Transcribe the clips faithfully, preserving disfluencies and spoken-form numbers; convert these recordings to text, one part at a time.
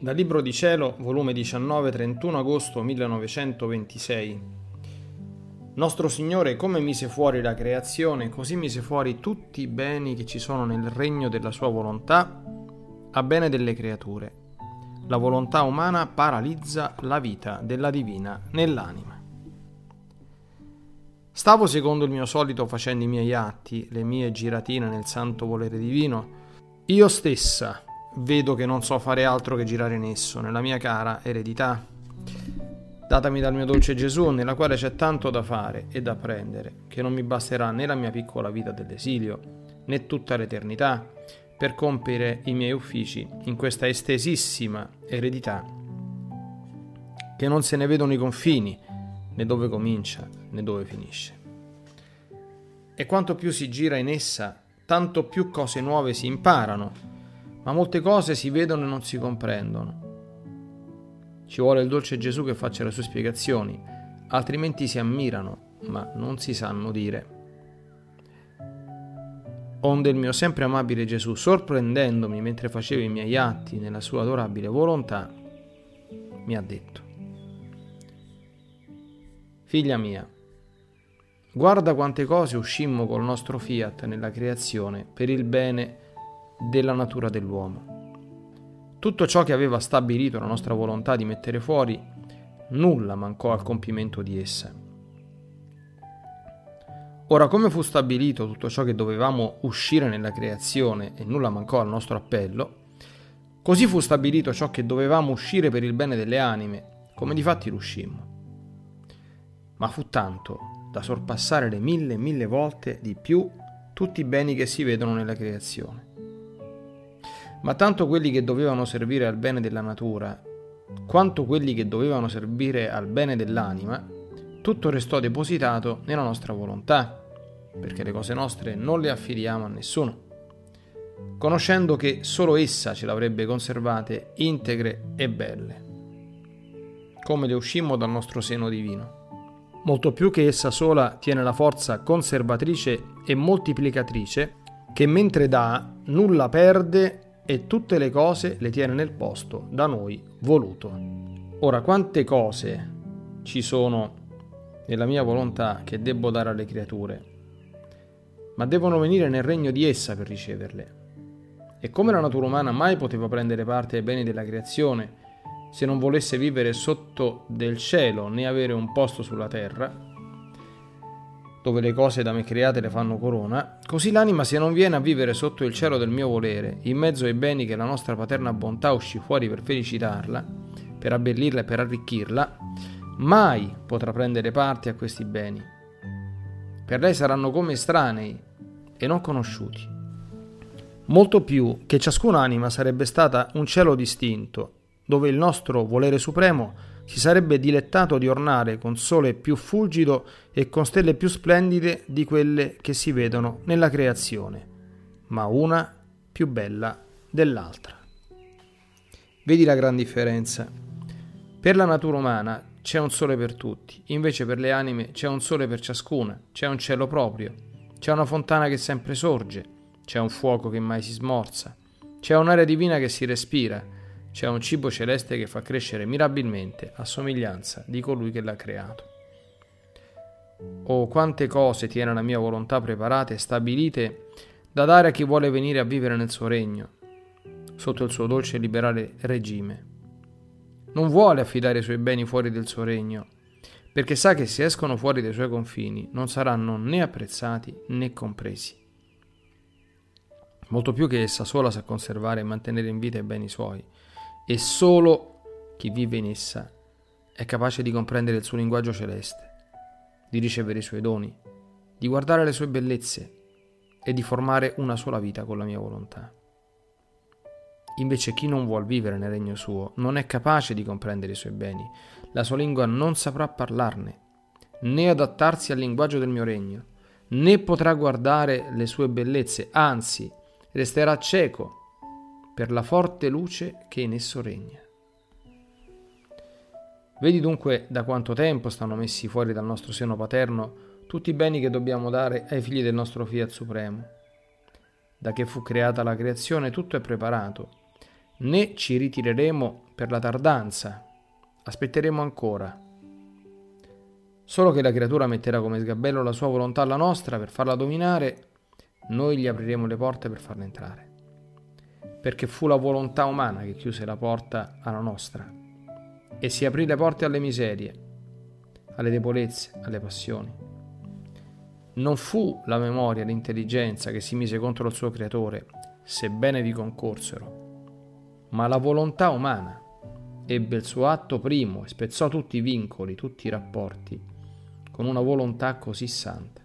Dal Libro di Cielo, volume diciannove, trentuno agosto millenovecentoventisei. Nostro Signore, come mise fuori la creazione, così mise fuori tutti i beni che ci sono nel regno della sua volontà, a bene delle creature. La volontà umana paralizza la vita della divina nell'anima. Stavo secondo il mio solito facendo i miei atti, le mie giratine nel santo volere divino. Io stessa vedo che non so fare altro che girare in esso, nella mia cara eredità, datami dal mio dolce Gesù, nella quale c'è tanto da fare e da apprendere, che non mi basterà né la mia piccola vita dell'esilio, né tutta l'eternità, per compiere i miei uffici in questa estesissima eredità, che non se ne vedono i confini, né dove comincia, né dove finisce. E quanto più si gira in essa, tanto più cose nuove si imparano, ma molte cose si vedono e non si comprendono. Ci vuole il dolce Gesù che faccia le sue spiegazioni, altrimenti si ammirano, ma non si sanno dire. Onde il mio sempre amabile Gesù, sorprendendomi mentre facevo i miei atti nella sua adorabile volontà, mi ha detto: Figlia mia, guarda quante cose uscimmo col nostro fiat nella creazione per il bene della natura dell'uomo. Tutto ciò che aveva stabilito la nostra volontà di mettere fuori, nulla mancò al compimento di essa. Ora, come fu stabilito tutto ciò che dovevamo uscire nella creazione e nulla mancò al nostro appello, così fu stabilito ciò che dovevamo uscire per il bene delle anime, come difatti l'uscimmo. Ma fu tanto da sorpassare le mille e mille volte di più tutti i beni che si vedono nella creazione. Ma tanto quelli che dovevano servire al bene della natura, quanto quelli che dovevano servire al bene dell'anima, tutto restò depositato nella nostra volontà, perché le cose nostre non le affidiamo a nessuno, conoscendo che solo essa ce l'avrebbe conservate integre e belle, come le uscimmo dal nostro seno divino. Molto più che essa sola tiene la forza conservatrice e moltiplicatrice, che mentre dà nulla perde e tutte le cose le tiene nel posto da noi voluto. Ora, quante cose ci sono nella mia volontà che debbo dare alle creature, ma devono venire nel regno di essa per riceverle. E come la natura umana mai poteva prendere parte ai beni della creazione se non volesse vivere sotto del cielo né avere un posto sulla terra, dove le cose da me create le fanno corona, così l'anima, se non viene a vivere sotto il cielo del mio volere, in mezzo ai beni che la nostra paterna bontà uscì fuori per felicitarla, per abbellirla e per arricchirla, mai potrà prendere parte a questi beni. Per lei saranno come estranei e non conosciuti. Molto più che ciascuna anima sarebbe stata un cielo distinto, dove il nostro volere supremo si sarebbe dilettato di ornare con sole più fulgido e con stelle più splendide di quelle che si vedono nella creazione, ma una più bella dell'altra. Vedi la gran differenza. Per la natura umana c'è un sole per tutti, invece per le anime c'è un sole per ciascuna, c'è un cielo proprio, c'è una fontana che sempre sorge, c'è un fuoco che mai si smorza, c'è un'aria divina che si respira, c'è un cibo celeste che fa crescere mirabilmente a somiglianza di colui che l'ha creato. Oh, quante cose tiene la mia volontà preparate e stabilite da dare a chi vuole venire a vivere nel suo regno, sotto il suo dolce e liberale regime. Non vuole affidare i suoi beni fuori del suo regno, perché sa che se escono fuori dai suoi confini non saranno né apprezzati né compresi. Molto più che essa sola sa conservare e mantenere in vita i beni suoi, e solo chi vive in essa è capace di comprendere il suo linguaggio celeste, di ricevere i suoi doni, di guardare le sue bellezze e di formare una sola vita con la mia volontà. Invece chi non vuol vivere nel regno suo non è capace di comprendere i suoi beni, la sua lingua non saprà parlarne, né adattarsi al linguaggio del mio regno, né potrà guardare le sue bellezze, anzi resterà cieco per la forte luce che in esso regna. Vedi dunque da quanto tempo stanno messi fuori dal nostro seno paterno tutti i beni che dobbiamo dare ai figli del nostro Fiat Supremo. Da che fu creata la creazione tutto è preparato, né ci ritireremo per la tardanza, aspetteremo ancora. Solo che la creatura metterà come sgabello la sua volontà alla nostra per farla dominare, noi gli apriremo le porte per farla entrare. Perché fu la volontà umana che chiuse la porta alla nostra e si aprì le porte alle miserie, alle debolezze, alle passioni. Non fu la memoria e l'intelligenza che si mise contro il suo creatore, sebbene vi concorsero, ma la volontà umana ebbe il suo atto primo e spezzò tutti i vincoli, tutti i rapporti, con una volontà così santa.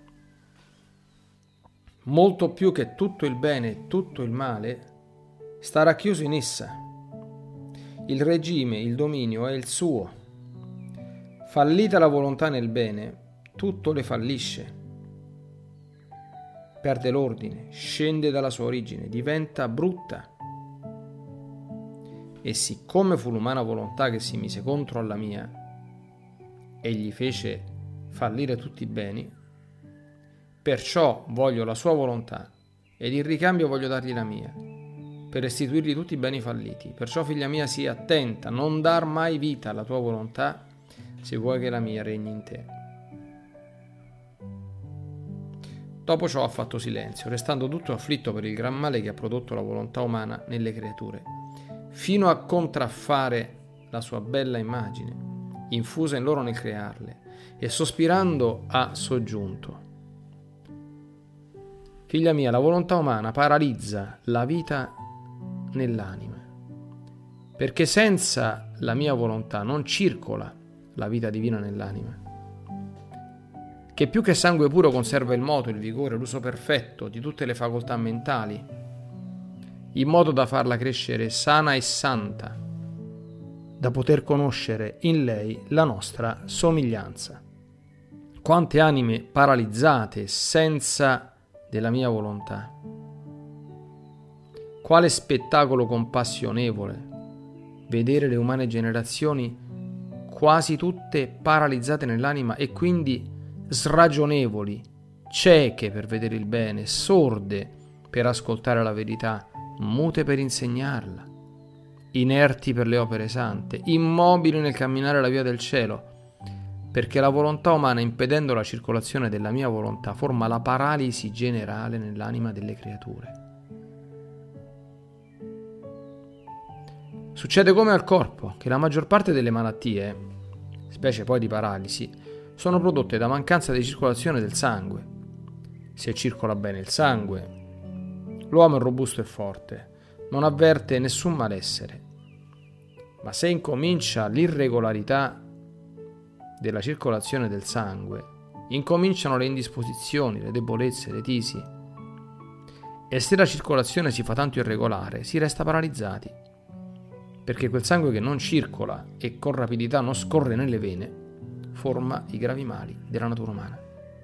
Molto più che tutto il bene e tutto il male sta racchiuso in essa. Il regime, il dominio è il suo. Fallita la volontà nel bene, tutto le fallisce. Perde l'ordine, scende dalla sua origine, diventa brutta. E siccome fu l'umana volontà che si mise contro alla mia e gli fece fallire tutti i beni, perciò voglio la sua volontà ed in ricambio voglio dargli la mia, per restituirgli tutti i beni falliti. Perciò, figlia mia, sii attenta, non dar mai vita alla tua volontà se vuoi che la mia regni in te. Dopo ciò ha fatto silenzio, restando tutto afflitto per il gran male che ha prodotto la volontà umana nelle creature, fino a contraffare la sua bella immagine, infusa in loro nel crearle, e sospirando ha soggiunto: figlia mia, la volontà umana paralizza la vita nell'anima, perché senza la mia volontà non circola la vita divina nell'anima, che più che sangue puro conserva il moto, il vigore, l'uso perfetto di tutte le facoltà mentali, in modo da farla crescere sana e santa, da poter conoscere in lei la nostra somiglianza. Quante anime paralizzate senza della mia volontà! Quale spettacolo compassionevole vedere le umane generazioni quasi tutte paralizzate nell'anima e quindi sragionevoli, cieche per vedere il bene, sorde per ascoltare la verità, mute per insegnarla, inerti per le opere sante, immobili nel camminare la via del cielo, perché la volontà umana, impedendo la circolazione della mia volontà, forma la paralisi generale nell'anima delle creature. Succede come al corpo, che la maggior parte delle malattie, specie poi di paralisi, sono prodotte da mancanza di circolazione del sangue. Se circola bene il sangue, l'uomo è robusto e forte, non avverte nessun malessere. Ma se incomincia l'irregolarità della circolazione del sangue, incominciano le indisposizioni, le debolezze, le tisi. E se la circolazione si fa tanto irregolare, si resta paralizzati, perché quel sangue che non circola e con rapidità non scorre nelle vene forma i gravi mali della natura umana.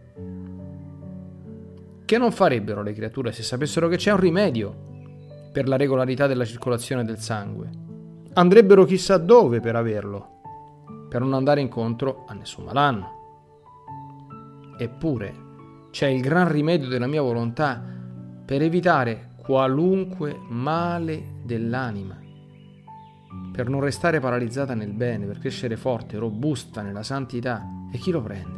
Che non farebbero le creature se sapessero che c'è un rimedio per la regolarità della circolazione del sangue? Andrebbero chissà dove per averlo, per non andare incontro a nessun malanno. Eppure c'è il gran rimedio della mia volontà per evitare qualunque male dell'anima, per non restare paralizzata nel bene, per crescere forte, robusta nella santità. E chi lo prende?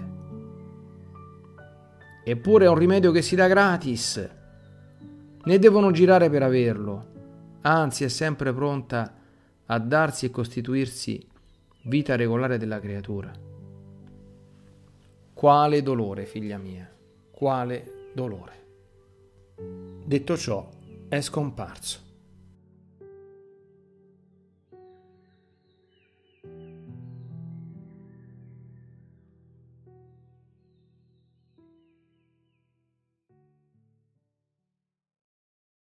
Eppure è un rimedio che si dà gratis, né devono girare per averlo, anzi è sempre pronta a darsi e costituirsi vita regolare della creatura. Quale dolore, figlia mia, quale dolore. Detto ciò, è scomparso.